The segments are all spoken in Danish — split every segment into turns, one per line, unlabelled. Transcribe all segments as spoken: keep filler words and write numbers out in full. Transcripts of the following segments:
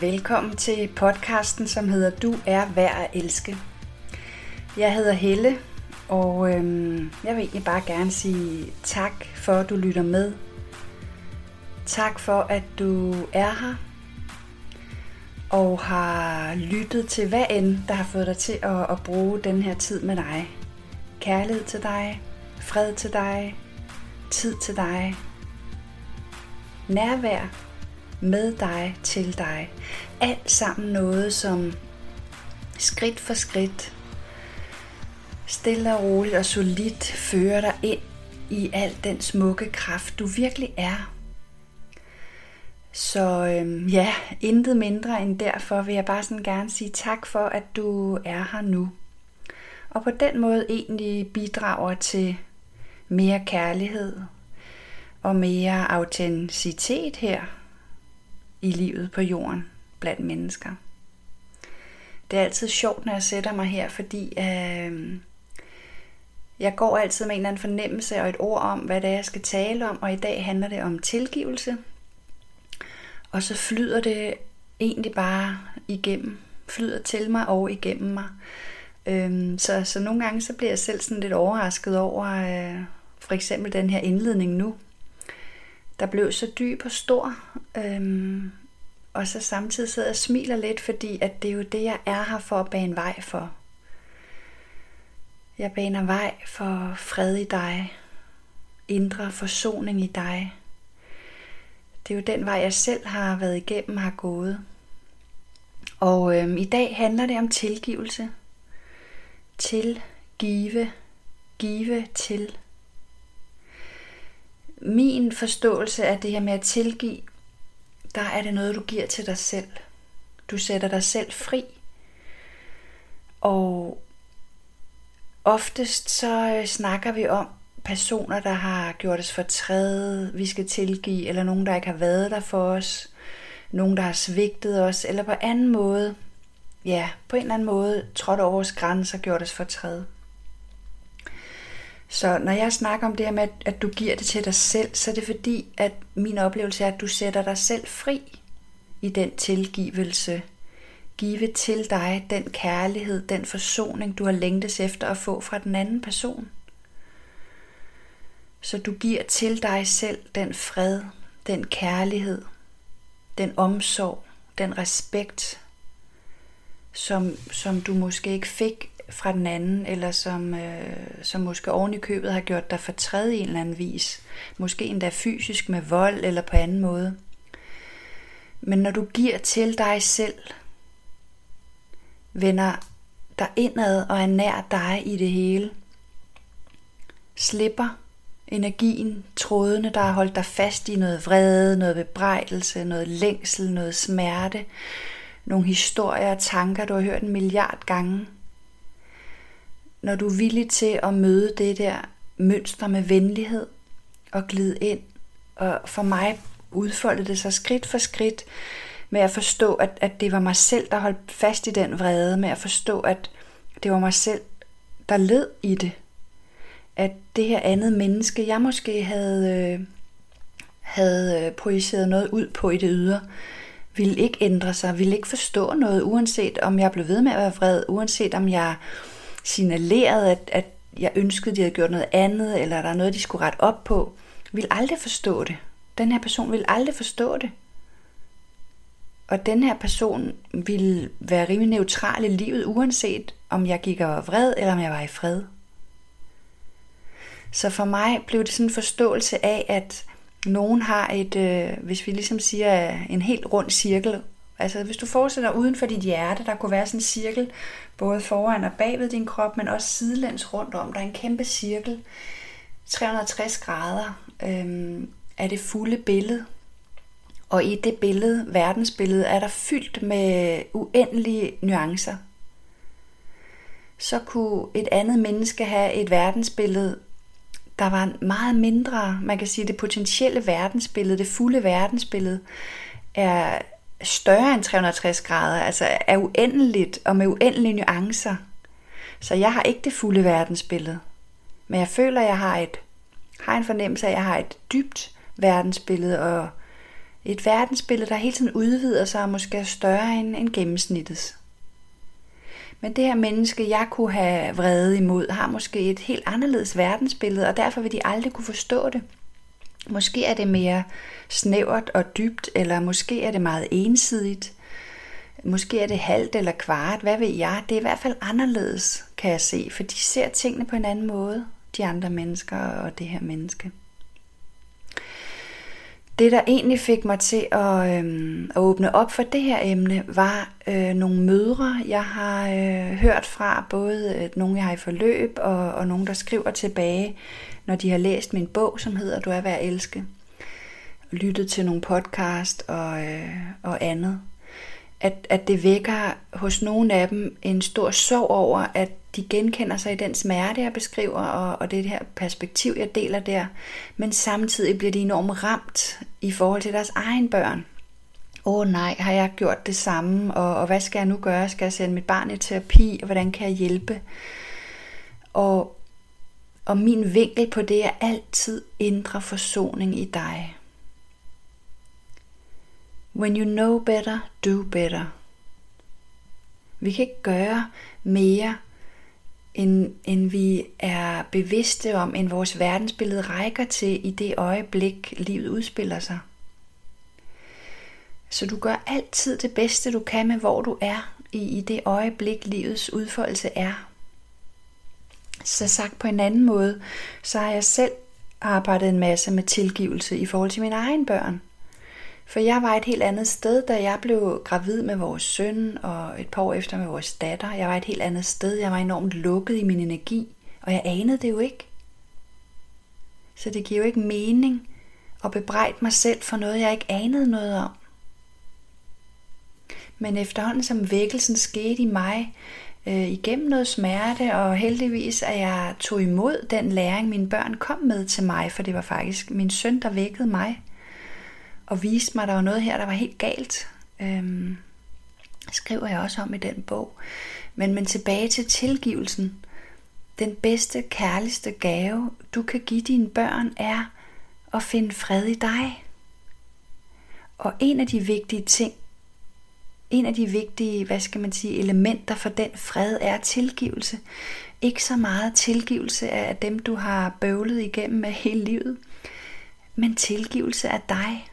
Velkommen til podcasten, som hedder Du er værd at elske. Jeg hedder Helle, og øhm, jeg vil egentlig bare gerne sige tak for, at du lytter med. Tak for, at du er her og har lyttet til hvad end, der har fået dig til at, at bruge den her tid med dig. Kærlighed til dig, fred til dig, tid til dig, nærvær med dig, til dig. Alt sammen noget, som skridt for skridt, stille og roligt og solidt fører dig ind i al den smukke kraft, du virkelig er. Så øhm, ja, intet mindre end derfor vil jeg bare sådan gerne sige tak for, at du er her nu. Og på den måde egentlig bidrager til mere kærlighed og mere autenticitet her i livet på jorden blandt mennesker. Det er altid sjovt, når jeg sætter mig her, fordi øh, jeg går altid med en eller anden fornemmelse og et ord om, hvad det er, jeg skal tale om, og i dag handler det om tilgivelse. Og så flyder det egentlig bare igennem, flyder til mig og igennem mig. Øh, så, så nogle gange så bliver jeg selv sådan lidt overrasket over, øh, for eksempel den her indledning nu, der blev så dyb og stor, øhm, og så samtidig sidder jeg og smiler lidt, fordi at det er jo det, jeg er her for at bane vej for. Jeg baner vej for fred i dig, indre forsoning i dig. Det er jo den vej, jeg selv har været igennem, har gået. Og øhm, i dag handler det om tilgivelse. Tilgive, give til. Min forståelse af det her med at tilgive, der er det noget, du giver til dig selv. Du sætter dig selv fri. Og oftest så snakker vi om personer, der har gjort os fortræd, vi skal tilgive, eller nogen, der ikke har været der for os, nogen, der har svigtet os, eller på anden måde, ja, på en eller anden måde trådt over vores grænser og gjort os fortræd. Så når jeg snakker om det her med, at du giver det til dig selv, så er det fordi, at min oplevelse er, at du sætter dig selv fri i den tilgivelse. Give til dig den kærlighed, den forsoning, du har længtes efter at få fra den anden person. Så du giver til dig selv den fred, den kærlighed, den omsorg, den respekt, som, som du måske ikke fik fra den anden, eller som, øh, som måske oven i købet har gjort dig fortræd i en eller anden vis. Måske endda fysisk med vold, eller på anden måde. Men når du giver til dig selv, vender dig indad og er nær dig i det hele, slipper energien, trådene, der har holdt dig fast i noget vrede, noget bebrejdelse, noget længsel, noget smerte, nogle historier og tanker, du har hørt en milliard gange. Når du er villig til at møde det der mønster med venlighed og glide ind, og for mig udfoldede det sig skridt for skridt med at forstå, at, at det var mig selv, der holdt fast i den vrede, med at forstå, at det var mig selv, der led i det. At det her andet menneske, jeg måske havde, havde projiceret noget ud på i det ydre, ville ikke ændre sig, ville ikke forstå noget, uanset om jeg blev ved med at være vred, uanset om jeg signalerede, at, at jeg ønskede, de havde gjort noget andet, eller der er noget, de skulle rette op på, ville aldrig forstå det. Den her person ville aldrig forstå det. Og den her person ville være rimelig neutral i livet, uanset om jeg gik og var vred, eller om jeg var i fred. Så for mig blev det sådan en forståelse af, at nogen har et, øh, hvis vi ligesom siger, en helt rund cirkel. Altså hvis du forestiller dig uden for dit hjerte, der kunne være sådan en cirkel, både foran og bagved din krop, men også sidelæns rundt om. Der er en kæmpe cirkel, tre hundrede og tres grader, øhm, af det fulde billede. Og i det billede, verdensbillede, er der fyldt med uendelige nuancer. Så kunne et andet menneske have et verdensbillede, der var meget mindre, man kan sige det potentielle verdensbillede, det fulde verdensbillede, er større end tre hundrede og tres grader, altså er uendeligt og med uendelige nuancer. Så jeg har ikke det fulde verdensbillede, men jeg føler, at jeg har, et, har en fornemmelse af, at jeg har et dybt verdensbillede, og Et verdensbillede, der hele tiden udvider sig og måske er større end, end gennemsnittets. Men det her menneske, jeg kunne have vrede imod, har måske et helt anderledes verdensbillede, og derfor vil de aldrig kunne forstå det. Måske er det mere snævert og dybt, eller måske er det meget ensidigt. Måske er det halvt eller kvart, hvad ved jeg. Det er i hvert fald anderledes, kan jeg se, for de ser tingene på en anden måde, de andre mennesker og det her menneske. Det, der egentlig fik mig til at, øhm, at åbne op for det her emne, var øh, nogle mødre, jeg har øh, hørt fra, både øh, nogle, jeg har i forløb, og, og nogle, der skriver tilbage, når de har læst min bog, som hedder Du er værd at elske, lyttet til nogle podcast og, øh, og andet. At, at det vækker hos nogle af dem en stor sorg over, at de genkender sig i den smerte, jeg beskriver, og, og det her perspektiv, jeg deler der. Men samtidig bliver de enormt ramt i forhold til deres egen børn. Åh oh, nej, har jeg gjort det samme, og, og hvad skal jeg nu gøre? Skal jeg sende mit barn i terapi, og hvordan kan jeg hjælpe? Og, og min vinkel på det er altid indre forsoning i dig. When you know better, do better. Vi kan ikke gøre mere, end, end vi er bevidste om, end vores verdensbillede rækker til i det øjeblik, livet udspiller sig. Så du gør altid det bedste, du kan med, hvor du er i, i det øjeblik, livets udfoldelse er. Så sagt på en anden måde, så har jeg selv arbejdet en masse med tilgivelse i forhold til mine egne børn. For jeg var et helt andet sted, da jeg blev gravid med vores søn, og et par år efter med vores datter. Jeg var et helt andet sted. Jeg var enormt lukket i min energi, og jeg anede det jo ikke. Så det giver jo ikke mening at bebrejde mig selv for noget, jeg ikke anede noget om. Men efterhånden som vækkelsen skete i mig, øh, igennem noget smerte, og heldigvis at jeg tog imod den læring, mine børn kom med til mig, for det var faktisk min søn, der vækkede mig, og viste mig, at der var noget her, der var helt galt. Øhm, skriver jeg også om i den bog. Men, men tilbage til tilgivelsen. Den bedste, kærligste gave, du kan give dine børn, er at finde fred i dig. Og en af de vigtige ting, en af de vigtige, hvad skal man sige, elementer for den fred er tilgivelse. Ikke så meget tilgivelse af dem, du har bøvlet igennem med hele livet, men tilgivelse af dig.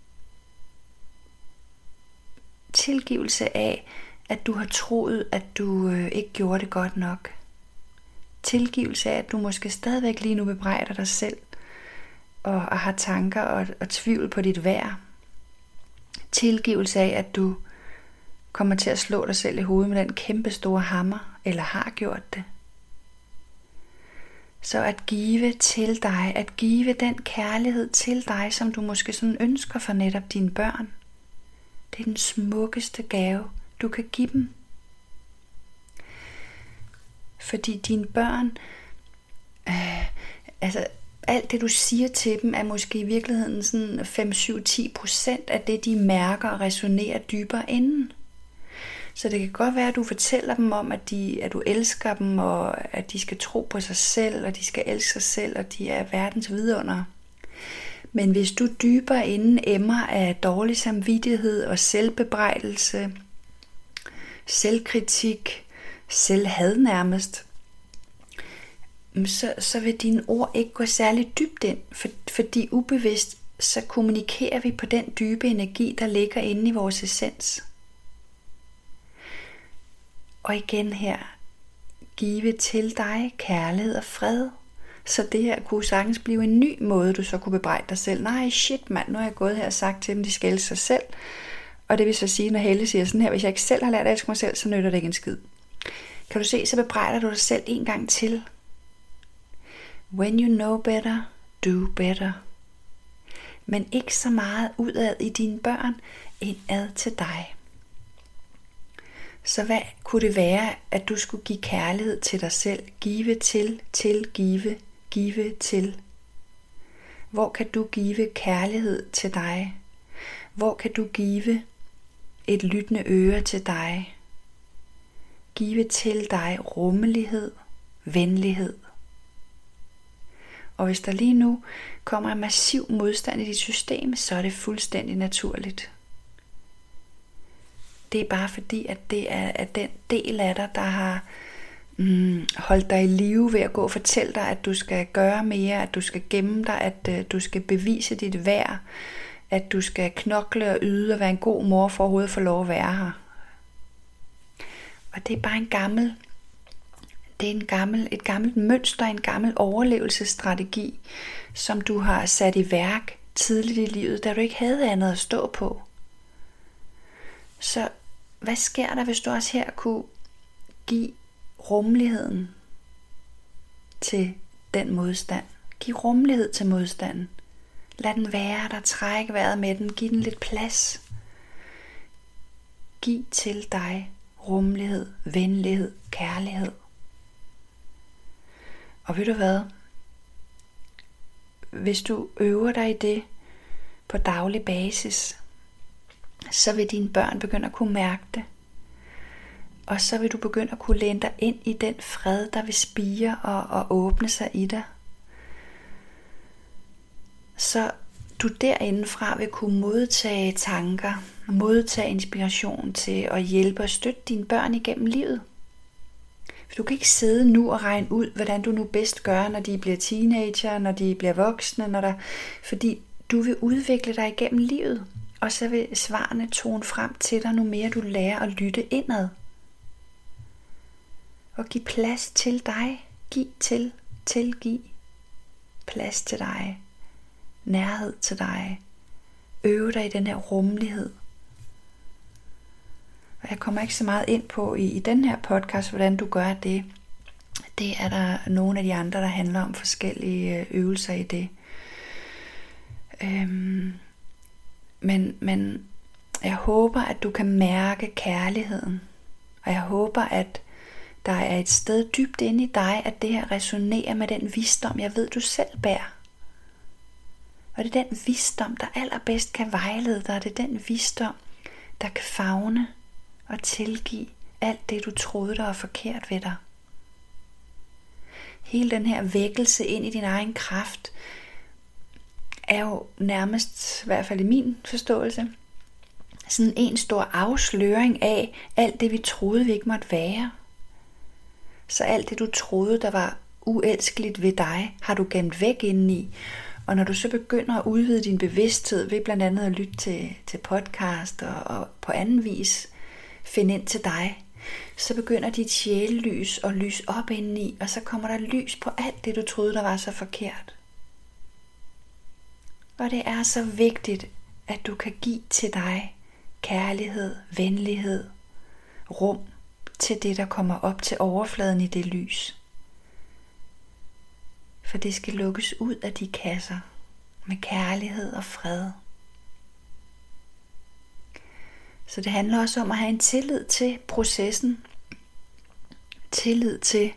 Tilgivelse af, at du har troet, at du øh, ikke gjorde det godt nok. Tilgivelse af, at du måske stadigvæk lige nu bebrejder dig selv, og, og har tanker og, og tvivl på dit værd. Tilgivelse af, at du kommer til at slå dig selv i hovedet med den kæmpe store hammer, eller har gjort det. Så at give til dig, at give den kærlighed til dig, som du måske sådan ønsker for netop dine børn. Det er den smukkeste gave, du kan give dem. Fordi dine børn, øh, altså alt det du siger til dem, er måske i virkeligheden sådan fem, syv, ti procent af det, de mærker og resonerer dybere inden. Så det kan godt være, at du fortæller dem om, at, de, at du elsker dem, og at de skal tro på sig selv, og de skal elske sig selv, og de er verdens vidunder. Men hvis du dybere inden emmer af dårlig samvittighed og selvbebrejdelse, selvkritik, selvhad nærmest, så, så vil dine ord ikke gå særlig dybt ind, for, fordi ubevidst så kommunikerer vi på den dybe energi, der ligger inde i vores essens. Og igen her, give til dig kærlighed og fred. Så det her kunne sagtens blive en ny måde, du så kunne bebrejde dig selv. Nej, shit mand, nu har jeg gået her og sagt til dem, de skal elske sig selv. Og det vil så sige, når Helle siger sådan her, hvis jeg ikke selv har lært at elske mig selv, så nytter det ikke en skid. Kan du se, så bebrejder du dig selv en gang til. When you know better, do better. Men ikke så meget udad i dine børn, indad til dig. Så hvad kunne det være, at du skulle give kærlighed til dig selv? Give til, tilgive, give til. Hvor kan du give kærlighed til dig? Hvor kan du give et lyttende øre til dig? Give til dig rummelighed, venlighed. Og hvis der lige nu kommer en massiv modstand i dit system, så er det fuldstændig naturligt. Det er bare fordi, at det er at den del af dig, der har mm, holdt dig i live ved at gå og fortælle dig, at du skal gøre mere, at du skal gemme dig, at uh, du skal bevise dit værd, at du skal knokle og yde og være en god mor for overhovedet at få lov at være her. Og det er bare en gammel, det er en gammel, et gammelt mønster, en gammel overlevelsesstrategi, som du har sat i værk tidligt i livet, da du ikke havde andet at stå på. Så hvad sker der, hvis du også her kunne give rummeligheden til den modstand? Giv rummelighed til modstanden. Lad den være der, træk vejret med den, giv den lidt plads. Giv til dig rummelighed, venlighed, kærlighed. Og ved du hvad? Hvis du øver dig i det på daglig basis, så vil dine børn begynde at kunne mærke det. Og så vil du begynde at kunne læne dig ind i den fred, der vil spire og, og åbne sig i dig. Så du derindefra vil kunne modtage tanker, modtage inspiration til at hjælpe og støtte dine børn igennem livet. For du kan ikke sidde nu og regne ud, hvordan du nu bedst gør, når de bliver teenager, når de bliver voksne, når der, fordi du vil udvikle dig igennem livet, og så vil svarene tone frem til dig, nu mere du lærer at lytte indad. Og giv plads til dig. Giv til, tilgiv. Plads til dig. Nærhed til dig. Øve dig i den her rummelighed. Og jeg kommer ikke så meget ind på i, i den her podcast, hvordan du gør det. Det er der nogle af de andre, der handler om forskellige øvelser i det. Øhm, men, men jeg håber, at du kan mærke kærligheden. Og jeg håber, at der er et sted dybt inde i dig, at det her resonerer med den visdom, jeg ved, du selv bærer. Og det er den visdom, der allerbedst kan vejlede dig. Det er den visdom, der kan favne og tilgive alt det, du troede, der var forkert ved dig. Hele den her vækkelse ind i din egen kraft, er jo nærmest, i hvert fald i min forståelse, sådan en stor afsløring af alt det, vi troede, vi ikke måtte være. Så alt det, du troede, der var uelskeligt ved dig, har du gemt væk indeni. Og når du så begynder at udvide din bevidsthed ved blandt andet at lytte til, til podcast og, og på anden vis finde ind til dig, så begynder dit sjælelys at lyse op indeni, og så kommer der lys på alt det, du troede, der var så forkert. Og det er så vigtigt, at du kan give til dig kærlighed, venlighed, rum til det, der kommer op til overfladen i det lys. For det skal lukkes ud af de kasser med kærlighed og fred. Så det handler også om at have en tillid til processen. Tillid til,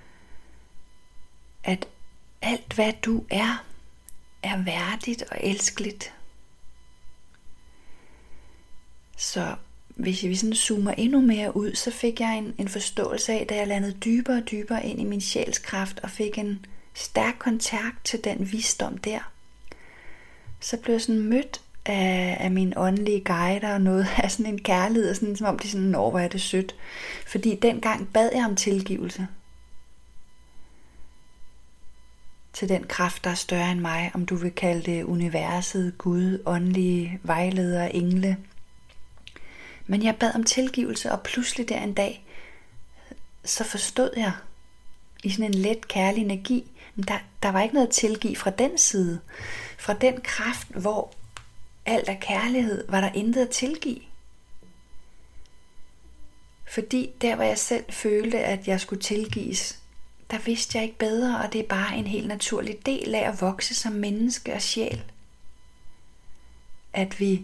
at alt hvad du er, er værdigt og elskeligt. Så hvis vi sådan zoomer endnu mere ud, så fik jeg en, en forståelse af, da jeg landede dybere og dybere ind i min sjælskraft og fik en stærk kontakt til den visdom der. Så blev jeg sådan mødt af, af mine åndelige guider og noget af sådan en kærlighed, sådan, som om de sådan, når hvor er det sødt. Fordi dengang bad jeg om tilgivelse til den kraft, der er større end mig, om du vil kalde det universet, Gud, åndelige vejledere, engle. Men jeg bad om tilgivelse, og pludselig der en dag, så forstod jeg i sådan en let kærlig energi, men der, der var ikke noget tilgive fra den side. Fra den kraft, hvor alt er kærlighed, var der intet at tilgive. Fordi der, hvor jeg selv følte, at jeg skulle tilgives, der vidste jeg ikke bedre, og det er bare en helt naturlig del af at vokse som menneske og sjæl. At vi,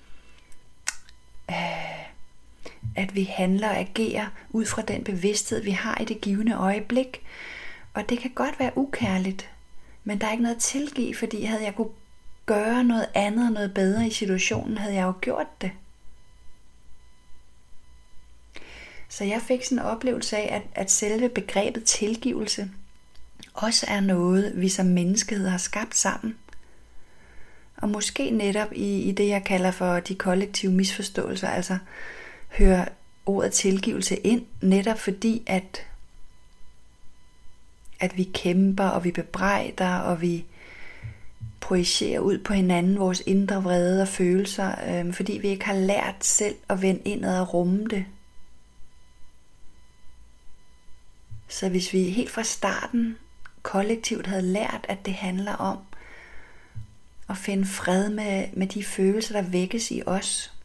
øh, at vi handler og agerer ud fra den bevidsthed, vi har i det givne øjeblik. Og det kan godt være ukærligt, men der er ikke noget at tilgive, fordi havde jeg kunne gøre noget andet og noget bedre i situationen, havde jeg jo gjort det. Så jeg fik sådan en oplevelse af, at, at selve begrebet tilgivelse også er noget, vi som menneskehed har skabt sammen. Og måske netop i, i det, jeg kalder for de kollektive misforståelser, altså hører ordet tilgivelse ind, netop fordi, at, at vi kæmper, og vi bebrejder, og vi projicerer ud på hinanden vores indre vrede og følelser, øh, fordi vi ikke har lært selv at vende indad og rumme det. Så hvis vi helt fra starten kollektivt havde lært, at det handler om at finde fred med, med de følelser, der vækkes i os,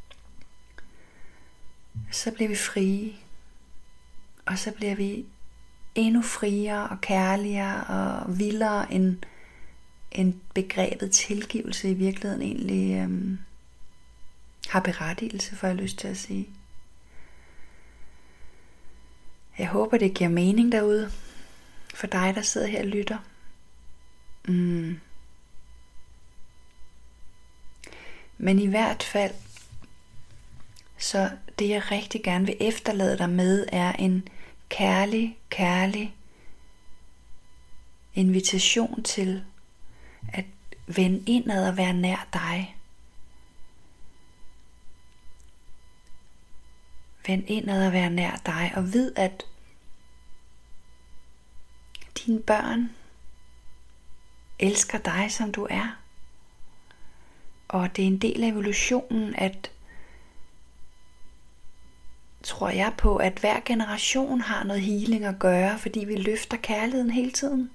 så bliver vi frie. Og så bliver vi endnu friere og kærligere og vildere, end, end begrebet tilgivelse i virkeligheden egentlig øhm, har berettigelse, for jeg lyst til at sige. Jeg håber, det giver mening derude for dig, der sidder her og lytter. Mm. Men i hvert fald, så det jeg rigtig gerne vil efterlade dig med, er en kærlig, kærlig invitation til at vende indad og være nær dig. Vend indad og være nær dig, og vid, at dine børn elsker dig, som du er. Og det er en del af evolutionen, at tror jeg på, at hver generation har noget healing at gøre, fordi vi løfter kærligheden hele tiden.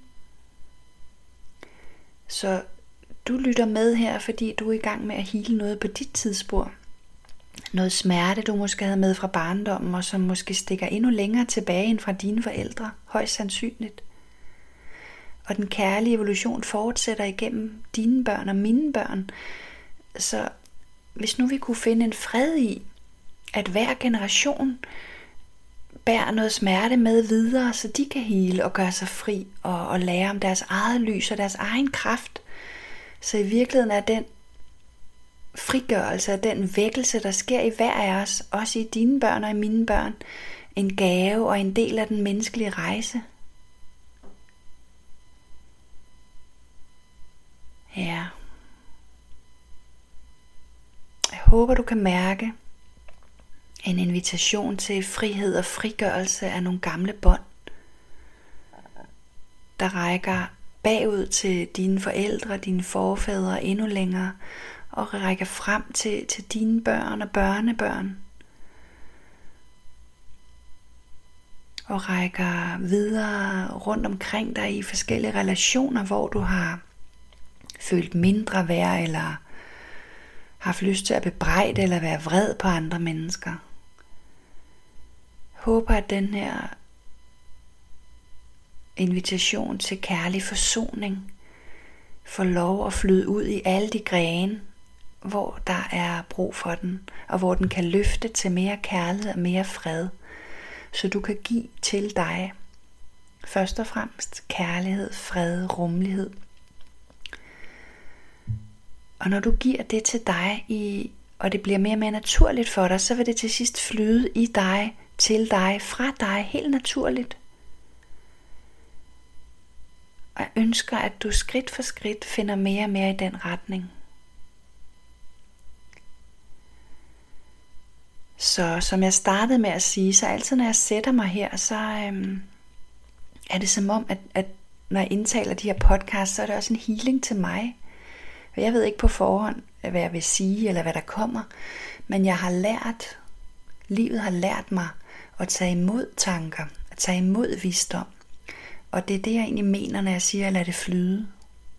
Så du lytter med her, fordi du er i gang med at heale noget på dit tidsspor. Noget smerte, du måske havde med fra barndommen, og som måske stikker endnu længere tilbage end fra dine forældre, højst sandsynligt. Og den kærlige evolution fortsætter igennem dine børn og mine børn. Så hvis nu vi kunne finde en fred i, at hver generation bærer noget smerte med videre, så de kan hele og gøre sig fri og, og lære om deres eget lys og deres egen kraft. Så i virkeligheden er den frigørelse og den vækkelse, der sker i hver af os, også i dine børn og i mine børn, en gave og en del af den menneskelige rejse. Ja. Jeg håber, du kan mærke en invitation til frihed og frigørelse af nogle gamle bånd, der rækker bagud til dine forældre, dine forfædre endnu længere, og rækker frem til, til dine børn og børnebørn, og rækker videre rundt omkring dig i forskellige relationer, hvor du har følt mindre værd, eller haft lyst til at bebrejde eller være vred på andre mennesker. Jeg håber, at den her invitation til kærlig forsoning får lov at flyde ud i alle de grene, hvor der er brug for den, og hvor den kan løfte til mere kærlighed og mere fred, så du kan give til dig først og fremmest kærlighed, fred, rummelighed. Og når du giver det til dig, i, og det bliver mere og mere naturligt for dig, så vil det til sidst flyde i dig, til dig, fra dig, helt naturligt. Og jeg ønsker, at du skridt for skridt finder mere og mere i den retning. Så som jeg startede med at sige, så altid når jeg sætter mig her, så øhm, er det som om, at, at når jeg indtaler de her podcasts, så er det også en healing til mig. Og jeg ved ikke på forhånd, hvad jeg vil sige, eller hvad der kommer, men jeg har lært, livet har lært mig at tage imod tanker, at tage imod visdom. Og det er det, jeg egentlig mener, når jeg siger, at lad det flyde.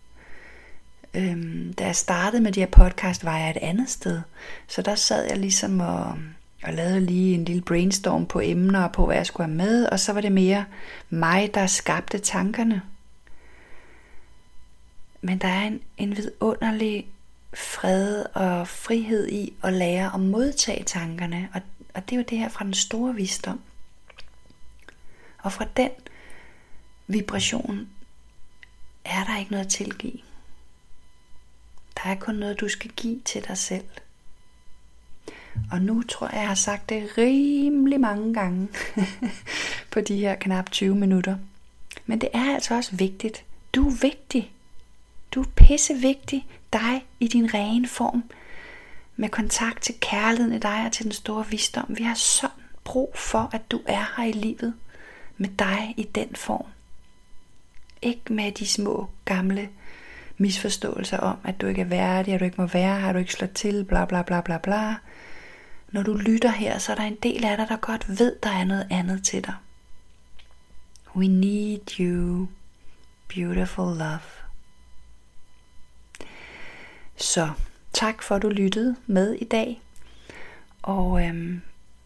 Øhm, da jeg startede med de her podcast, var jeg et andet sted. Så der sad jeg ligesom og, og lavede lige en lille brainstorm på emner og på, hvad jeg skulle have med. Og så var det mere mig, der skabte tankerne. Men der er en, en vidunderlig fred og frihed i at lære at modtage tankerne. Og, og det er jo det her fra den store visdom. Og fra den vibration er der ikke noget at tilgive. Der er kun noget, du skal give til dig selv. Og nu tror jeg, jeg har sagt det rimelig mange gange på de her knap tyve minutter. Men det er altså også vigtigt. Du er vigtig. Du er pissevigtig, dig i din rene form, med kontakt til kærligheden i dig og til den store visdom. Vi har sådan brug for, at du er her i livet med dig i den form. Ikke med de små gamle misforståelser om, at du ikke er værdig, at du ikke må være her, at du ikke slår til, bla bla bla bla bla. Når du lytter her, så er der en del af dig, der godt ved, der er noget andet til dig. We need you, beautiful love. Så tak for, at du lyttede med i dag. Og øhm,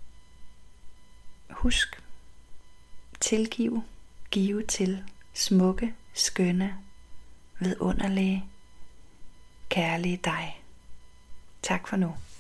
husk, tilgive, give til smukke, skønne, vidunderlige, kærlige dig. Tak for nu.